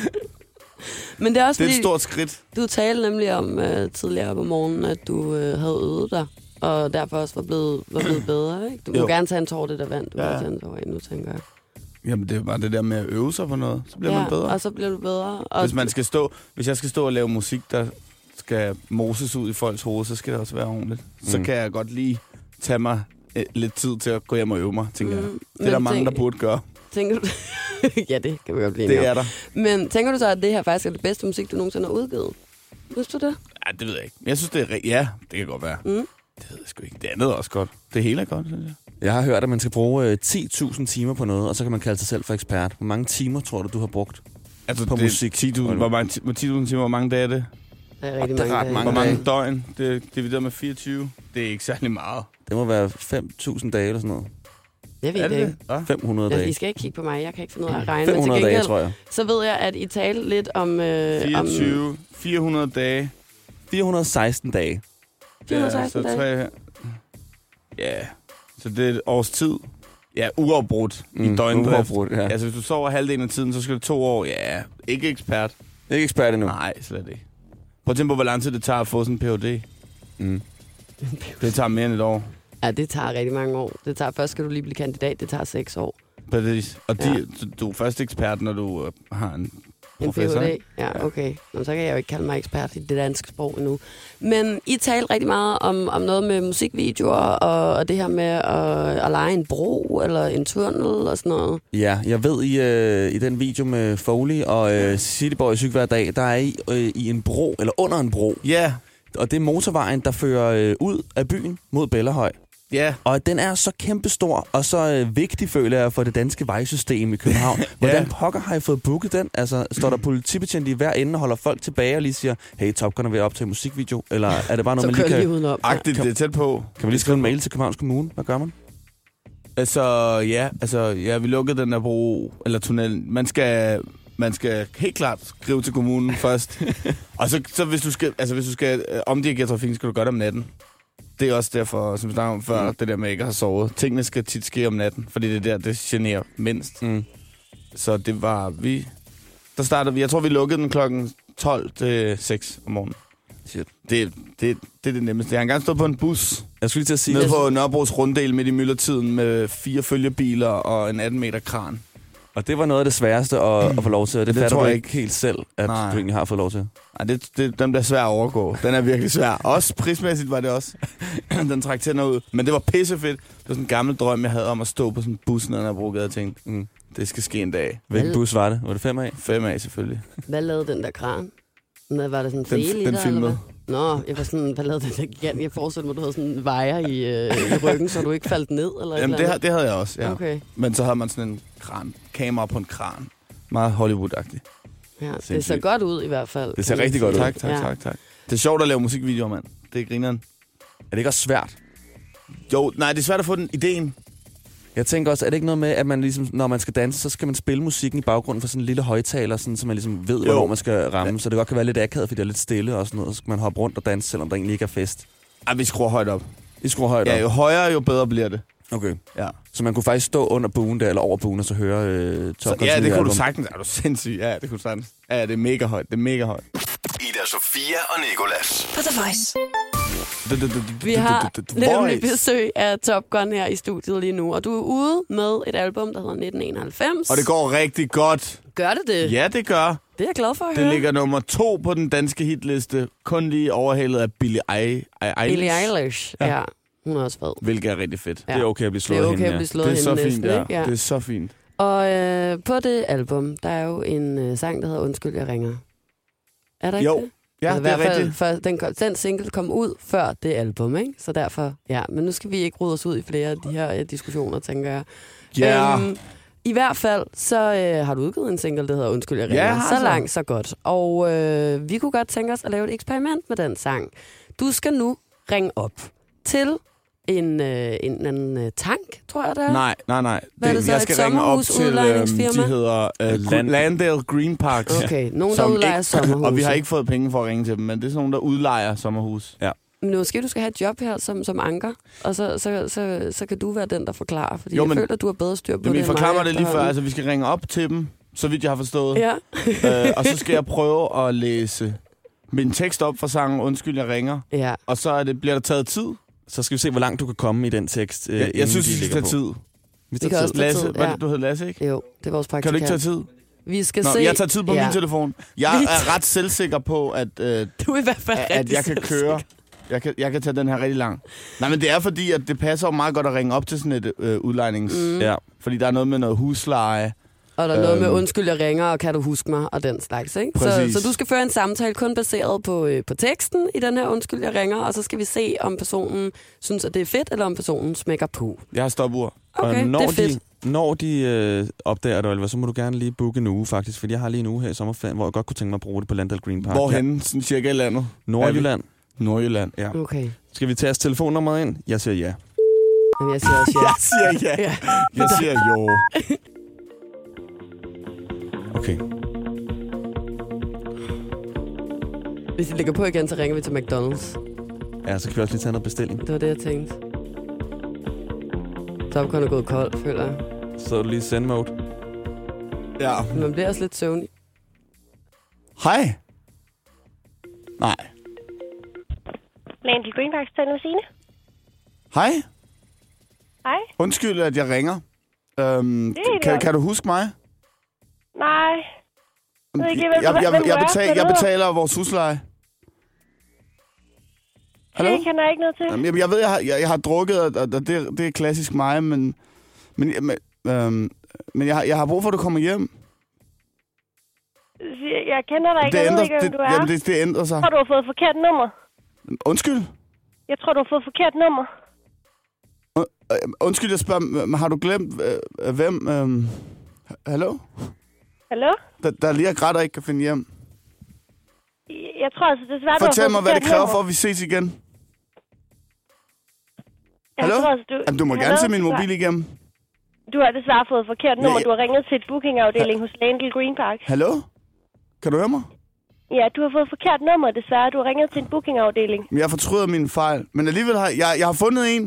Men det er også det er fordi, et stort skridt. Du talte nemlig om uh, tidligere på morgenen, at du uh, havde øvet dig, og derfor også var blevet, var blevet bedre, ikke? Du må gerne tage en tår, det der vand. Du ja. må tage en tår nu, tænker jeg. Jamen, det er bare det der med at øve sig på noget. Så bliver ja, man bedre. og så bliver du bedre. Og hvis, man skal stå, hvis jeg skal stå og lave musik, der skal moses ud i folks hoved, så skal det også være ordentligt. Mm. Så kan jeg godt lige tage mig eh, lidt tid til at gå hjem og øve mig, tænker mm. jeg. Det er der mange, tænk, der burde gøre. Tænker du... ja, det kan vi godt blive. Det er der. Men tænker du så, at det her faktisk er det bedste musik, du nogensinde har udgivet? Synes du det? Ja, det ved jeg ikke. Jeg synes, det er... Ja, det kan godt være. Mm. Det ved jeg sgu ikke. Det andet er også godt. Det hele er godt, synes jeg. Jeg har hørt, at man skal bruge øh, ti tusind timer på noget, og så kan man kalde sig selv for ekspert. Hvor mange timer tror du, du har brugt altså, på det, musik? ti tusind, hvor mange ti tusind timer, hvor mange dage er det? Det er rigtig det er mange, ret mange Hvor mange dage. døgn? Det divideret med fireogtyve. Det er ikke særlig meget. Det må være fem tusind dage eller sådan noget. Jeg ved Er det det ikke. det? Ja. fem hundrede Ja, dage. I skal ikke kigge på mig, jeg kan ikke finde ud af at regne. fem hundrede men til dage, gengæld, tror jeg. så ved jeg, at I talte lidt om... Øh, fireogtyve, om fire hundrede dage. fire hundrede og seksten dage. fire hundrede og seksten ja, så dage. tre... Ja, så det er et års tid. Ja, uafbrudt Mm, i døgndrift. uafbrudt, ja. Altså, hvis du sover halvdelen af tiden, så skal det to år. Ja, ikke ekspert. Ikke ekspert endnu. Nej, slet ikke. Prøv at tænke på, hvor lang tid det tager at få sådan en P H D. Mm. Det tager mere end et år. Ja, det tager rigtig mange år. Det tager, først skal du lige blive kandidat, det tager seks år. Præcis. Og de, Ja. ja. du er først ekspert, når du øh, har en En professor. P H D? Ja, okay. Nå, så kan jeg jo ikke kalde mig ekspert i det danske sprog endnu. Men I talte rigtig meget om, om noget med musikvideoer, og, og det her med at, at lege en bro, eller en tunnel, og sådan noget. Ja, jeg ved i, øh, i den video med Foley og øh, City Boy Syg hver dag, der er I øh, i en bro, eller under en bro. Ja, yeah. Og det er motorvejen, der fører øh, ud af byen mod Bellahøj. ja. Yeah. Og den er så kæmpestor og så øh, vigtig, føler jeg, for det danske vejsystem i København. Hvordan pokker har I fået booket den? Altså, står der politibetjent i hver ende og holder folk tilbage og lige siger, hey, Top Gun er ved at optage musikvideo? Eller er det bare noget, Så man lige kører kan... lige udenom. Agtigt, det er tæt på. Kan man lige skrive en mail til Københavns Kommune? Hvad gør man? Altså, ja, altså, ja, vi lukkede den der bro, eller tunnel. Man skal, man skal helt klart skrive til kommunen først. Og så, så hvis du skal, altså, hvis du skal øh, omdirigere trafikken, skal du gøre det om natten. Det er også derfor, som vi snakkede om før, mm. det der med ikke at have sovet. Tingene skal tit ske om natten, fordi det er der, det generer mindst. Mm. Så det var vi... Der startede vi, jeg tror, vi lukkede den klokken tolv til seks om morgenen. Shit. Det, det, det er det nemmeste. Jeg har engang stået på en bus Jeg skulle lige til at sige... nede på Nørrebros runddel midt i myldretiden med fire følgebiler og en atten meter kran. Og det var noget af det sværeste at, at få lov til, og det, Det fatter tror du jeg ikke helt selv, at Nej. du egentlig har fået lov til. Ej, det, det, den bliver svær at overgå. Den er virkelig svær. Også prismæssigt var det også. Den trak tænder ud. Men det var pissefedt. Det var sådan en gammel drøm, jeg havde om at stå på sådan en bus, når jeg brugte og tænkte, mm, det skal ske en dag. Hvilken bus var det? Var det fem af? Fem af selvfølgelig. Hvad lavede den der kran? Hvad var det sådan en Den- fele i den der, filmede. eller hvad? Nå, jeg var sådan, hvad lavede den der gigant? Jeg forestiller mig, du havde sådan en vejer i, øh, i ryggen, så du ikke faldt ned, eller Jamen, et det, eller ha- det havde jeg også, ja. Okay. Men så havde man sådan en kran. Kamera på en kran. Meget Hollywood-agtigt. Ja, det ser Sindssygt. godt ud i hvert fald. Det ser kan man rigtig godt sige. ud. Tak, tak, Ja. tak, tak. Det er sjovt at lave musikvideoer, mand. Det er grineren. Er det ikke også svært? Jo, nej, det er svært at få den ideen. Jeg tænker også, er det ikke noget med, at man ligesom, når man skal danse, så skal man spille musikken i baggrunden for sådan en lille højtaler, sådan, så man ligesom ved, hvornår man skal ramme. Ja. Så det godt kan være lidt akavet, fordi det er lidt stille og sådan noget. Så skal man hoppe rundt og danse, selvom der egentlig ikke er fest. Ej, vi skruer højt op. I skruer højt Ja, op. jo højere, jo bedre bliver det. Okay. Ja. Så man kunne faktisk stå under buen der, eller over buen, og så høre øh, Så, Top Guns ja, nye det kunne album. du sagtens. Er du sindssyg? Ja, det kunne du sagtens. Ja, det er mega højt. Det er mega højt. Ida Sofia og Nicolas. På The Voice. Vi har nemlig besøg af Top Gun her i studiet lige nu, og du er ude med et album, der hedder nitten enoghalvfems. Og det går rigtig godt. Gør det det? Ja, det gør. Det er jeg glad for at Det høre. ligger nummer to på den danske hitliste. Kun lige overhalet af Billie Eilish. Billie Eilish, ja. Ja. ja. Hun er også fed. Hvilket er rigtig fedt. Ja. Det er okay at blive Det slået er af okay hende, at ja. blive slået Det er så hende fint, næsten, ja. ikke? Ja. Det er så fint. Og øh, på det album, der er jo en øh, sang, der hedder Undskyld, jeg ringer. Er der ikke Jo. det? Ja, Altså, det er i hvert fald, rigtigt. For den, kom- den single kom ud før det album, ikke? Så derfor, ja. Men nu skal vi ikke rode os ud i flere af de her øh, diskussioner, tænker jeg. Ja. Øhm, I hvert fald, så øh, har du udgivet en single, der hedder Undskyld, jeg ringer. Ja, jeg har så så. langt, så godt. Og øh, vi kunne godt tænke os at lave et eksperiment med den sang. Du skal nu ringe op til en, øh, en anden øh, tank, tror jeg det er. Nej, nej, nej. Hvad er det så, jeg et skal ringe op til, øhm, sommerhusudlejningsfirma? de hedder øh, Land- Landale Green Parks. Okay, nogen, der som udlejer ikke- sommerhuse. Og vi har ikke fået penge for at ringe til dem, men det er sådan nogen, der udlejer sommerhus. Ja. Men måske du skal have et job her som, som anker, og så, så, så, så kan du være den, der forklarer. Fordi Jo, jo, jeg men- føler, at du har bedre styr på Jamen, det I end mig forklarer det lige før. efterhånden. Altså, vi skal ringe op til dem, så vidt jeg har forstået. Ja. øh, og så skal jeg prøve at læse min tekst op fra sangen Undskyld, jeg ringer. ja. Og så er det, bliver der taget tid. Så skal vi se, hvor langt du kan komme i den tekst. Øh, Jeg, jeg inden synes, de vi skal ligger tage på. tid. Vi Vi tager kan tid. også tage Lasse, tid, hvad ja. det, du hedder Lasse, ikke? Jo, det er vores Kan praktikant. du ikke tage tid? Vi skal Nå, se... jeg tager tid på ja. min telefon. Jeg Vi er ret selvsikker på, at, øh, Du er i hvert fald at rigtig jeg kan selvsikker. køre. Jeg kan, jeg kan tage den her rigtig lang. Nej, men det er fordi, at det passer jo meget godt at ringe op til sådan et øh, udlejnings... Mm. Ja. Fordi der er noget med noget husleje. Og der er noget med Øhm. undskyld, jeg ringer, og kan du huske mig, og den slags, ikke? Så, Præcis. så du skal føre en samtale kun baseret på, øh, på teksten i den her undskyld, jeg ringer, og så skal vi se, om personen synes, at det er fedt, eller om personen smækker på. Jeg har stopur. Okay, og når det er fedt. De, når de øh, opdager det, Oliver, så må du gerne lige booke en uge, faktisk. Fordi jeg har lige en uge her i sommerferien, hvor jeg godt kunne tænke mig at bruge det på Landal Green Park. Hvorhenne? Sådan cirka i landet? Nordjylland. Nordjylland. Ja. Okay. Skal vi tage os telefonnummeret ind? Jeg siger ja. Jamen, jeg siger også ja. Jeg siger ja. ja. Jeg siger jo. Okay. Hvis de lægger på igen, så ringer vi til McDonald's. Ja, så kan vi også lige tage noget bestilling. Det var det, jeg tænkte. Topcorn er gået kold, føler jeg. Så er du lige send mode. Ja. Man bliver også lidt søvnig. Hej. Nej. Landal Green Park, taler med Signe. Hej. Hej. Undskyld, at jeg ringer. Øhm, kan, kan du huske mig? Nej. Jeg, ikke, hvem, jeg, jeg, hvem jeg, betal, jeg betaler vores husleje. Hallo? Det kender jeg ikke noget til. Jamen, jeg, jeg ved, jeg har, jeg, jeg har drukket, og, og det, det er klassisk mig, men, men, men, øhm, men jeg, har, jeg har brug for, at du kommer hjem. Jeg kender dig ikke, det jeg ændrer, ved ikke, hvem det, du er. Jamen, det, det ændrer sig. Jeg tror, du har fået et forkert nummer. Undskyld? Jeg tror, du har fået et forkert nummer. Undskyld, jeg spørger, har du glemt, øh, hvem... Øh, hallo? Hallo? Der, der lige er grædt, der ikke kan finde hjem. Jeg tror altså, desværre, du har Fortæl fået mig, et hvad det forkert kræver nummer. for, at vi ses igen. Jeg Hallo? tror, altså, du... Jamen, du må Hallo? gerne se min mobil igennem. Du har desværre fået et forkert nummer. Ja, Du har ringet til et bookingafdeling hos Landal Green Park. Hallo? Kan du høre mig? Ja, du har fået et forkert nummer, desværre. Du har ringet til en bookingafdeling. Men jeg fortryder min fejl. Men alligevel har jeg, jeg har fundet en.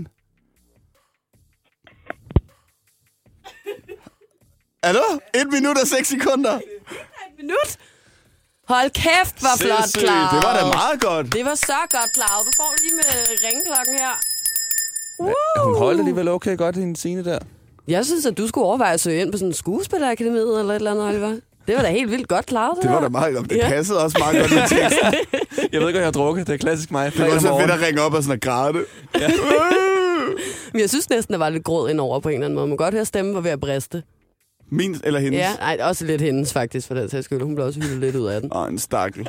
Hallo? Et minut og seks sekunder. Et minut? Hold kæft, hvor flot, Claus. Det var da meget godt. Det var så godt, Claus. Du får lige med ringeklokken her. Ja, hun holdt alligevel okay godt i en scene der. Jeg synes, at du skulle overveje at søge ind på sådan en skuespillerakademiet eller et eller andet, Oliver. Det var da helt vildt godt, Claus. Det var da meget godt. Det ja. passede også meget godt med teksten. Jeg ved ikke, hvad jeg har drukket. Det er klassisk mig. Det var så fedt at ringe op og sådan at græde. Ja. Men jeg synes næsten, der var lidt gråd indover på en eller anden måde. Man kan godt høre, at stemmen var ved at briste. Min eller hendes? Ja, nej, også lidt hendes faktisk, for den sags skyld. Hun blev også hyldet lidt ud af den. Åh, en stakkel.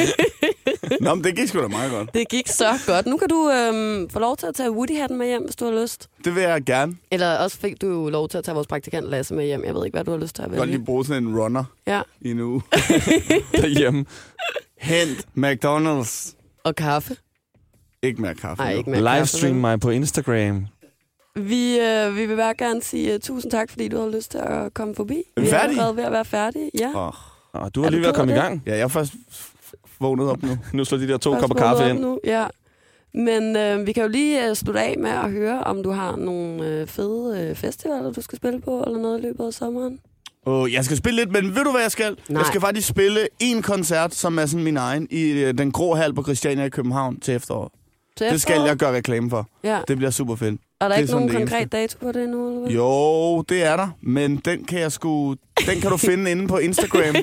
Nå, men det gik sgu da meget godt. Det gik så godt. Nu kan du øhm, få lov til at tage Woody-hatten med hjem, hvis du har lyst. Det vil jeg gerne. Eller også fik du jo lov til at tage vores praktikant Lasse med hjem. Jeg ved ikke, hvad du har lyst til at vælge. Jeg kan godt lige bruge sådan en runner ja. i en uge. Derhjemme. Hent McDonald's. Og kaffe. Ikke mere kaffe. Nej, ikke mere Livestream kaffe, mig på Instagram. Vi, øh, vi vil bare gerne sige uh, tusind tak, fordi du har lyst til at komme forbi. Er vi er færdige? allerede ved at være færdige. Ja. Oh. Oh, du har lige ved at komme i gang. Ja, jeg er først vågnet op nu. Nu slår de der to først kopper kaffe ind. Nu. Ja. Men øh, vi kan jo lige øh, slutte af med at høre, om du har nogle øh, fede øh, festivaler, du skal spille på, eller noget i løbet af sommeren. Oh, jeg skal spille lidt, men ved du, hvad jeg skal? Nej. Jeg skal faktisk spille en koncert, som er sådan min egen, i øh, den grå hal på Christiania i København til efteråret. Til det skal efteråret? jeg gøre reklame for. Ja. Det bliver super fedt. Er der det ikke er nogen det konkret eneste. dato på det endnu? Eller hvad? Jo, det er der, men den kan jeg sgu, den kan du finde inde på Instagram.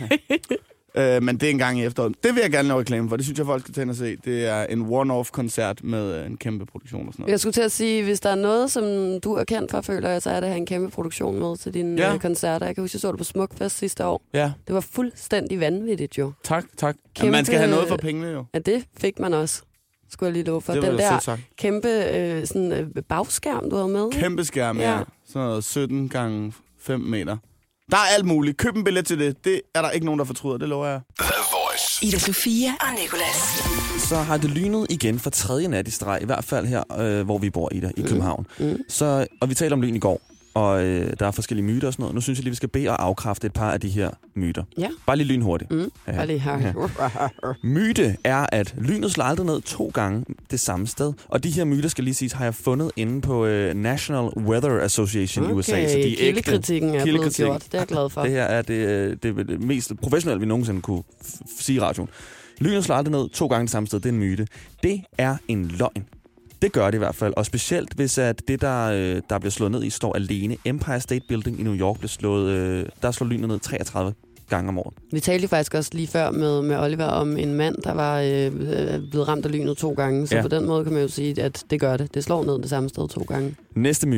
uh, men det er en gang i efteråret. Det vil jeg gerne lave reklame for. Det synes jeg, folk skal tage ind og se. Det er en one-off-koncert med en kæmpe produktion og sådan noget. Jeg skulle til at sige, hvis der er noget, som du er kendt for, føler jeg, så er det at have en kæmpe produktion med til dine Ja. ja. koncerter. Jeg kan huske, jeg så det på Smukfest sidste år. Ja. Det var fuldstændig vanvittigt jo. Tak, tak. Kæmpe... Jamen, man skal have noget for pengene jo. Ja, det fik man også. Skulle jeg lige love for. Det var Den da der sødt sagt. kæmpe øh, sådan, øh, bagskærm, du havde med. Kæmpe skærm, ja. Ja. Sådan noget sytten gange fem meter. Der er alt muligt. Køb en billet til det. Det er der ikke nogen, der fortryder. Det lover jeg. The Voice. Ida Sofia og Nicolas. Så har det lynet igen for tredje nat i streg, i hvert fald her, øh, hvor vi bor i der, i København. Mm. Så, og vi talte om lyn i går, og øh, der er forskellige myter og sådan noget. Nu synes jeg lige, vi skal bede og afkræfte et par af de her myter. Ja. Bare lige lynhurtigt. Mm. Ja. Bare lige her. Ja. Myte er, at lynet slår aldrig ned to gange det samme sted. Og de her myter, skal lige siges, har jeg fundet inde på uh, National Weather Association okay. i U S A. Så de er kildekritikken er blevet gjort. Det er jeg glad for. Det her er det, det, det mest professionelle, vi nogensinde kunne f- sige i radioen. Lynet slår aldrig ned to gange det samme sted. Det er en myte. Det er en løgn. Det gør det i hvert fald, og specielt hvis at det, der, øh, der bliver slået ned i, står alene. Empire State Building i New York blev slået, øh, der slår lynet ned treogtredive gange om året. Vi talte faktisk også lige før med, med Oliver om en mand, der var øh, blevet ramt af lynet to gange. Så ja. På den måde kan man jo sige, at det gør det. Det slår ned det samme sted to gange. Næste myte.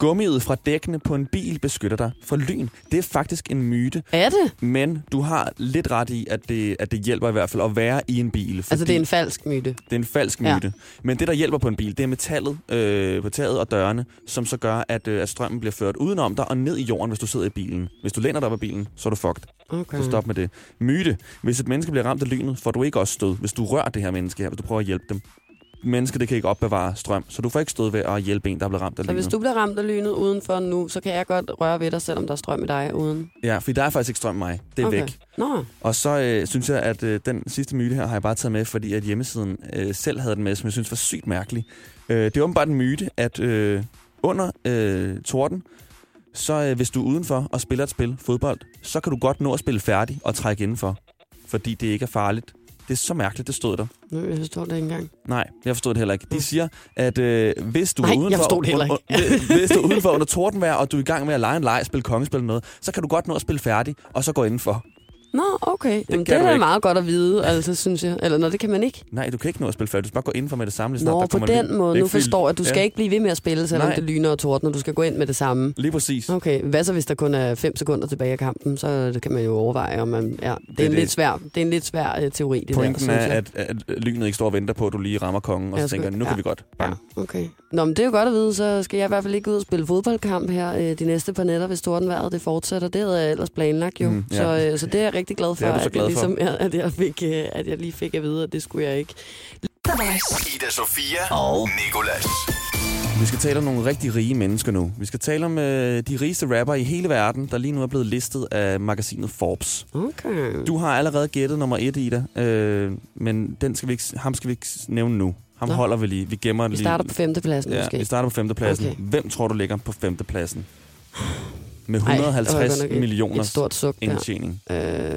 Gummiet fra dækkene på en bil beskytter dig for lyn. Det er faktisk en myte. Er det? Men du har lidt ret i, at det, at det hjælper i hvert fald at være i en bil. Altså det er en falsk myte? Det er en falsk myte. Ja. Men det, der hjælper på en bil, det er metallet øh, på taget og dørene, som så gør, at, øh, at strømmen bliver ført udenom dig og ned i jorden, hvis du sidder i bilen. Hvis du læner dig op af bilen, så er du fucked. Okay. Så stop med det. Myte. Hvis et menneske bliver ramt af lynet, får du ikke også stød, hvis du rører det her menneske her, hvis du prøver at hjælpe dem. Mennesker, det kan ikke opbevare strøm, så du får ikke stød ved at hjælpe en, der er blevet ramt af så lynet. Så hvis du bliver ramt af lynet udenfor nu, så kan jeg godt røre ved dig, selvom der er strøm i dig uden? Ja, for der er faktisk ikke strøm i mig. Det er okay. væk. Nå. Og så øh, synes jeg, at øh, den sidste myte her har jeg bare taget med, fordi at hjemmesiden øh, selv havde den med, som jeg synes var sygt mærkelig. Øh, det er åbenbart en myte, at øh, under øh, torden, så øh, hvis du er udenfor og spiller et spil, fodbold, så kan du godt nå at spille færdig og trække indenfor, fordi det ikke er farligt. Det er så mærkeligt, det stod der. Nu, jeg forstår det ikke engang. Nej, jeg forstod det heller ikke. De siger, at øh, hvis du Nej, er udenfor, jeg forstår det heller ikke. hvis du er udenfor under tordenvejr, og du er i gang med at lege en leg, spille kongespil eller noget, så kan du godt nå at spille færdig, og så gå indenfor. Nå, okay. Det, Jamen, det er da meget godt at vide, altså, synes jeg. Eller, nå, det kan man ikke. Nej, du kan ikke nå at spille færdig. Du skal bare gå indenfor med det samme. Snart, nå, der på den lyn. måde. Nu forstår jeg, at du skal ja. ikke blive ved med at spille, selvom Nej. det lyner og tordner. Du skal gå ind med det samme. Lige præcis. Okay, hvad så, hvis der kun er fem sekunder tilbage af kampen? Så det kan man jo overveje, om man... Ja, det, det, er en det. Lidt svær, det er en lidt svær uh, teori, det Pointen der, er, at, at lynet ikke står og venter på, at du lige rammer kongen, og så tænker, nu ja. kan vi godt. Ja, okay. Nå, men det er jo godt at vide, så skal jeg i hvert fald ikke ud og spille fodboldkamp her øh, de næste par nætter, hvis tordenvejret det fortsætter. Det havde jeg ellers planlagt jo. Mm, ja. så, øh, så det er jeg rigtig glad for, at, glad jeg ligesom, ja, at, jeg fik, øh, at jeg lige fik at vide, at det skulle jeg ikke. Ida Sofia og Nicolas. Vi skal tale om nogle rigtig rige mennesker nu. Vi skal tale om øh, de rigeste rapper i hele verden, der lige nu er blevet listet af magasinet Forbes. Okay. Du har allerede gættet nummer et, Ida, øh, men den skal vi ikke, ham skal vi ikke nævne nu. Ham Nå. holder vi lige. Vi gemmer vi lige. Vi starter på femtepladsen ja, måske. vi starter på femtepladsen. Okay. Hvem tror du ligger på femtepladsen? Med et hundrede og halvtreds Ej, millioner stort suk indtjening. Øh,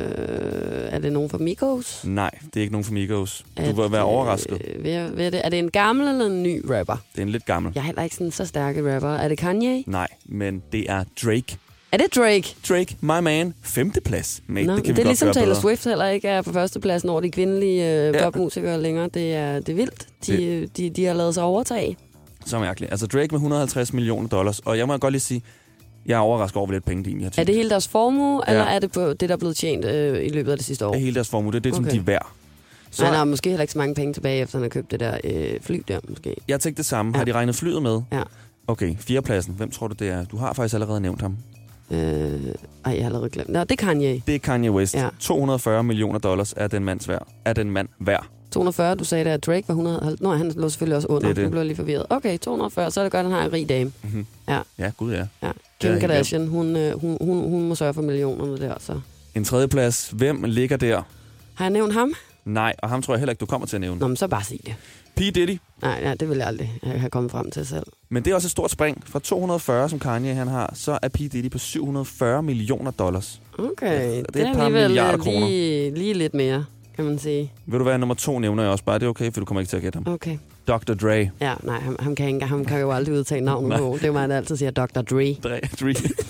er det nogen fra Migos? Nej, det er ikke nogen fra Migos. Du vil være overrasket. Øh, er, det, er det en gammel eller en ny rapper? Det er en lidt gammel. Jeg er heller ikke sådan så stærke rapper. Er det Kanye? Nej, men det er Drake. Er det Drake? Drake, my man, femteplads. Mate, Nå, det kan det vi er ligesom Taylor bedre. Swift heller ikke er på førstepladsen over de kvindelige øh, ja. popmusikere længere. Det er, det er vildt. De, det. De, de har lavet sig overtage. Så mærkeligt. Altså Drake med et hundrede og halvtreds millioner dollars. Og jeg må godt lige sige, jeg er overrasket over, hvor lidt penge de egentlig har tjent. Er det hele deres formue, ja. eller er det på det, der er blevet tjent øh, i løbet af det sidste år? Det er hele deres formue. Det er det, okay. som de er værd. Så han har måske heller ikke så mange penge tilbage, efter han har købt det der øh, fly der, måske. Jeg tænkte det samme. Ja. Har de regnet flyet med? Ja. Okay, fjerdepladsen. Hvem tror du, det er? Du har faktisk allerede nævnt ham. Øh, ej, jeg har allerede glemt. Nå, det er Kanye. Det er Kanye West. Ja. to hundrede og fyrre millioner dollars er den mands værd. Er den mand værd. to hundrede og fyrre, du sagde, at Drake var et hundrede og halvtreds. Nå, han lå selvfølgelig også under. Det er det. Nu blev jeg lige forvirret. Okay, to hundrede og fyrre, så er det godt, at han har en rig dame. Mm-hmm. Ja. Ja, gud ja. ja. Kim Kardashian, hun, hun, hun, hun må sørge for millionerne der, så. En tredjeplads. Hvem ligger der? Har jeg nævnt ham? Nej, og ham tror jeg heller ikke, du kommer til at nævne. Nå, men så bare sig det. P. Diddy. Nej, nej, det vil jeg aldrig have kommet frem til selv. Men det er også et stort spring. Fra to hundrede og fyrre, som Kanye han har, så er P. Diddy på syv hundrede og fyrre millioner dollars. Okay, ja, det er, det er et par milliarder kroner. Lige, lige lidt mere, kan man sige. Vil du være nummer to, nævner jeg også bare. Det er okay, for du kommer ikke til at gætte ham. Okay. doktor Dre. Ja, nej, ham, ham, kan, ikke, ham kan jo aldrig udtale navnet på. Det er man altid siger, doktor Dre. Dre. Dre.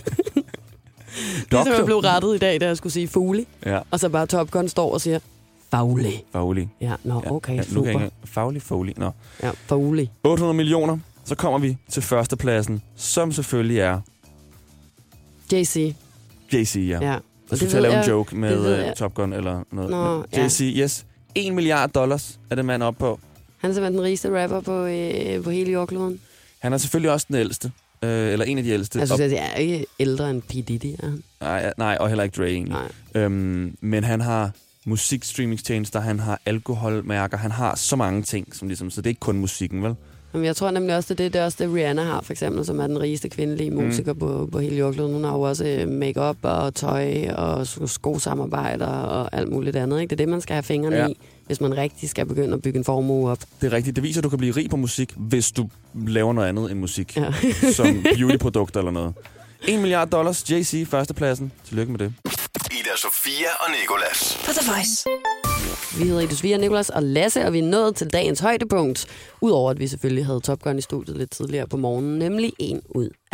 Det er jeg blev rettet i dag, da jeg skulle sige Fugli. Ja. Og så bare Top Gun står og siger Fagli. Fagli. Ja, nå, okay, ja, super. Jeg... Fagli, Fagli, nå. Ja, Fagli. otte hundrede millioner. Så kommer vi til førstepladsen, som selvfølgelig er... Jay-Z. Jay-Z, ja. Ja. Hvis du til at lave en joke med uh, Top Gun eller noget. Nå, Jay-Z, ja. Yes. En milliard dollars er det mand op på. Han er simpelthen den rigeste rapper på, øh, på hele jordkloden. Han er selvfølgelig også den ældste. Øh, eller en af de ældste. Jeg synes, jeg er ikke ældre end P. Diddy, er han? Nej, nej, og heller ikke Dre egentlig. Øhm, men han har musikstreamingstjenester, han har alkoholmærker, han har så mange ting, som ligesom, så det er ikke kun musikken, vel? Jamen, jeg tror nemlig også, det, det, det er også det, Rihanna har, for eksempel, som er den rigeste kvindelige musiker mm. på, på hele jordkloden. Hun har jo også make-up og tøj og skosamarbejder og alt muligt andet, ikke? Det er det, man skal have fingrene ja. i, hvis man rigtig skal begynde at bygge en formue op. Det er rigtigt. Det viser, at du kan blive rig på musik, hvis du laver noget andet end musik. Ja. Som beautyprodukter eller noget. En milliard dollars, Jay-Z, førstepladsen. Tillykke med det. Ida Sofia og Nicolas. På The Voice. Vi hedder Ida Sofia, Nicolas og Lasse, og vi er nået til dagens højdepunkt. Udover at vi selvfølgelig havde Top Gun i studiet lidt tidligere på morgenen, nemlig en ud af tre.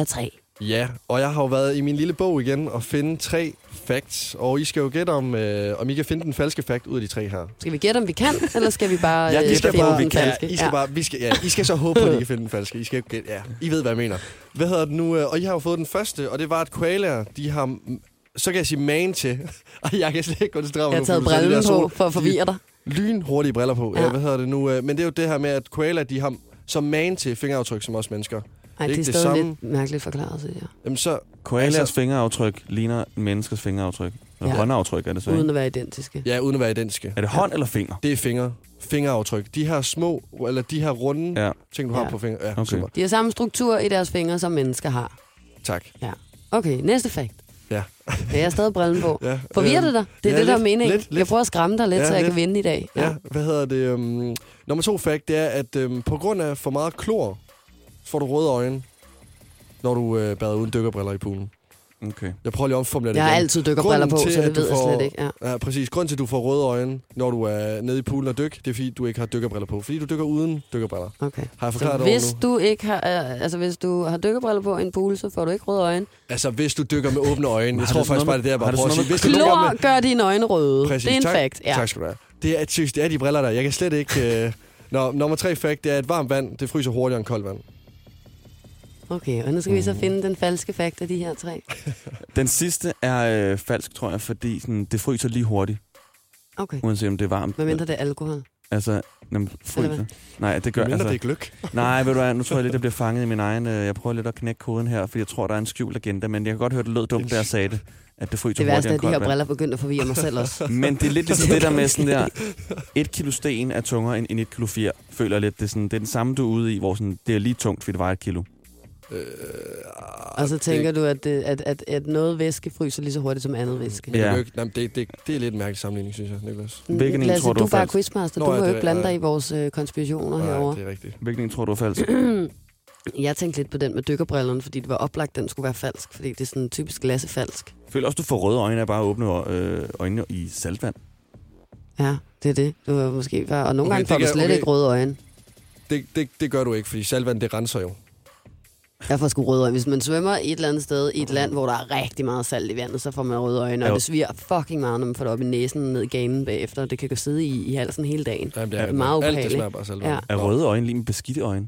Ja, og jeg har jo været i min lille bog igen og finde tre facts. Og I skal jo gætte, om, øh, om I kan finde den falske fact ud af de tre her. Skal vi gætte, om vi kan, eller skal vi bare ja, øh, skal finde bare, den falske? Ja, I skal, ja. bare, vi skal, ja, I skal så håbe på, at I kan finde den falske. I skal gætte, ja, I ved, hvad jeg mener. Hvad hedder det nu? Og I har jo fået den første, og det var, at koalaer, de har... Så kan jeg sige man til. Og jeg kan slet ikke koncentrere mig. Jeg har taget brillen på for at forvirre dig. Lynhurtige briller på. Ja. Ja, hvad hedder det nu? Men det er jo det her med, at koalaer, de har som man til fingeraftryk som os mennesker. Nej, det er, det er stadig samme. Lidt mærkeligt forklaret, siger jeg. Jamen så... Koalers altså, fingeraftryk ligner en menneskers fingeraftryk. Ja. Håndaftryk er det så, uden at være identiske. Ja, uden at være identiske. Er det hånd ja. eller finger? Det er finger. Fingeraftryk. De her små, eller de her runde ja. ting, du ja. har på fingre. Ja, okay. Super. De har samme struktur i deres fingre, som mennesker har. Tak. Ja. Okay, næste fact. Ja. Jeg har stadig brillen på. Ja. Forvirrer det dig? Det er ja, det, der er lidt, meningen. lidt, lidt. Jeg prøver at skræmme dig lidt, ja, så jeg lidt. kan vinde i dag. Ja, ja hvad hedder det? Um, nummer to fact, det er, at um, på grund af for meget klor, får du røde øjne, når du øh, bader uden dykkerbriller i poolen. Okay. Jeg prøver lige at omformulere det Jeg igen. har altid dykkerbriller på, til, så det ved jeg får, slet ikke. Ja. Ja, præcis. Grunden til, at du får røde øjne, når du er nede i poolen og dyk, det er, fordi du ikke har dykkerbriller på. Fordi du dykker uden dykkerbriller. Okay. Har jeg forklaret så det hvis du ikke har, altså hvis du har dykkerbriller på i en pool, så får du ikke røde øjne? Altså, hvis du dykker med åbne øjne. Jeg tror faktisk bare, det er bare prøver at sige. Hvis klor med... gør dine øjne røde. Præcis. Det er en tak, fact. Ja. Tak skal du have. Det er, synes, det er de briller der. Jeg kan slet ikke... Øh... Nå, nummer tre fact, det er, at varmt vand, det fryser hurtigere end koldt vand. Okay, og nu skal vi så finde den falske fact af de her tre. Den sidste er øh, falsk, tror jeg, fordi sådan, det fryser lige hurtigt. Okay. Uanset om det er varmt. Hvad mindre det er alkohol? Altså, nem, fryser. Nej, det gør... Hvad mindre altså, det er gløk? Nej, ved du hvad, nu tror jeg lidt, jeg bliver fanget i min egen... Øh, jeg prøver lidt at knække koden her, fordi jeg tror, der er en skjult agenda, men jeg kan godt høre, det lød dumt, da jeg sagde det. At det fryser det værste hurtigere er, at de her briller begyndte at forvirre mig selv også. Men det er lidt ligesom det der med sådan der... Et kilo sten er tungere end et kilo fjer, føler jeg lidt. Det er, sådan, det er den samme, du er ude i, hvor sådan, det er lige tungt, fordi det vejer et kilo. Øh, og så tænker det... du, at, det, at, at, at noget væske fryser lige så hurtigt som andet væske. Ja. Det, det, det, det er lidt en mærkelig sammenligning, synes jeg, Niklas. Hvilken Lasse, tror du, du er bare falsk? quizmaster. Du må jo ikke blande dig i vores øh, konspirationer nej, herovre. Det er rigtigt. Hvilken tror du er falsk? Jeg tænkte lidt på den med dykkerbrillerne, fordi det var oplagt, den skulle være falsk. Fordi det er sådan typisk Lasse-falsk. Føler også, du får røde øjne af bare at åbne øh, øjnene i saltvand? Ja, det er det. Du var måske bare... Og nogle okay, gange får du slet okay. ikke røde øjne. Det, det, det gør du ikke, fordi saltvand, det renser jo. Jeg får sgu røde øjne. Hvis man svømmer i et eller andet sted, i et land, hvor der er rigtig meget salt i vandet, så får man røde øjne. Og det sviger fucking meget, når man får det op i næsen ned i ganen bagefter. Det kan gå sidde i, i halsen hele dagen. Jamen, det er, det er meget ubehageligt. Alt det smager bare saltvand. Ja. Er røde øjne lige med beskidte øjne?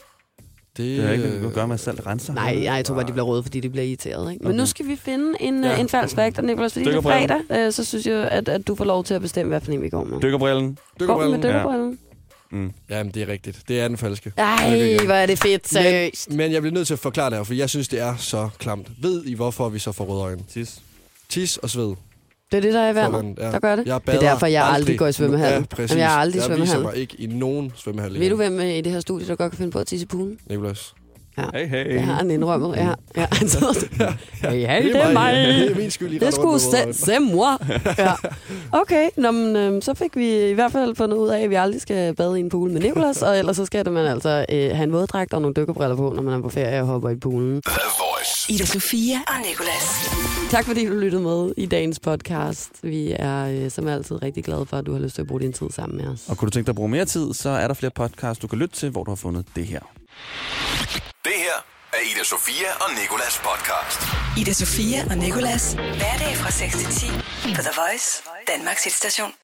Det, det er ikke noget at gøre med, at salt renser. Nej, nej, jeg tror bare, de bliver røde, fordi de bliver irriteret. Ikke? Men okay. Nu skal vi finde en, ja. en falsk fact, og Nicolas, fordi det er fredag, øh, så synes jeg, at, at du får lov til at bestemme, hvad for en vi går med. Dykkerbrillen. Går med dykkerbrillen? Ja. Mm. Jamen, det er rigtigt. Det er den falske. Ej, hvor er det fedt, seriøst. Men, men jeg bliver nødt til at forklare det her, for jeg synes, det er så klamt. Ved I, hvorfor vi så får røde øjne? Tis. Tis og sved. Det er det, der er i vandet, ja. der gør det. Det er derfor, jeg aldrig, aldrig går i svømmehallen. Ja, præcis. Jeg har aldrig i svømmehallen. Jeg viser mig ikke i nogen svømmehal. Ved du, hvem i det her studie, der godt kan finde på at tisse i poolen? Nicolas. Ja. Hey, hey. Jeg har en indrømmet. Ja. Ja. ja. Hey, hey, det er mig. Det er min skyld. Det skulle se moi. Ja. Okay, Nå, men, øhm, så fik vi i hvert fald fundet ud af, at vi aldrig skal bade i en pool med Nicolas, og ellers så skal man altså øh, have en våddragt og nogle dykkerbriller på, når man er på ferie og hopper i poolen. Ida Sofia og Nicolas. Tak fordi du lyttede med i dagens podcast. Vi er øh, som altid rigtig glade for, at du har lyst til at bruge din tid sammen med os. Og kunne du tænke dig at bruge mere tid, så er der flere podcasts, du kan lytte til, hvor du har fundet det her. Det her er Ida Sofia og Nicolas podcast. Ida Sofia og Nicolas. Hverdag fra seks til ti på The Voice, Danmarks hitstation.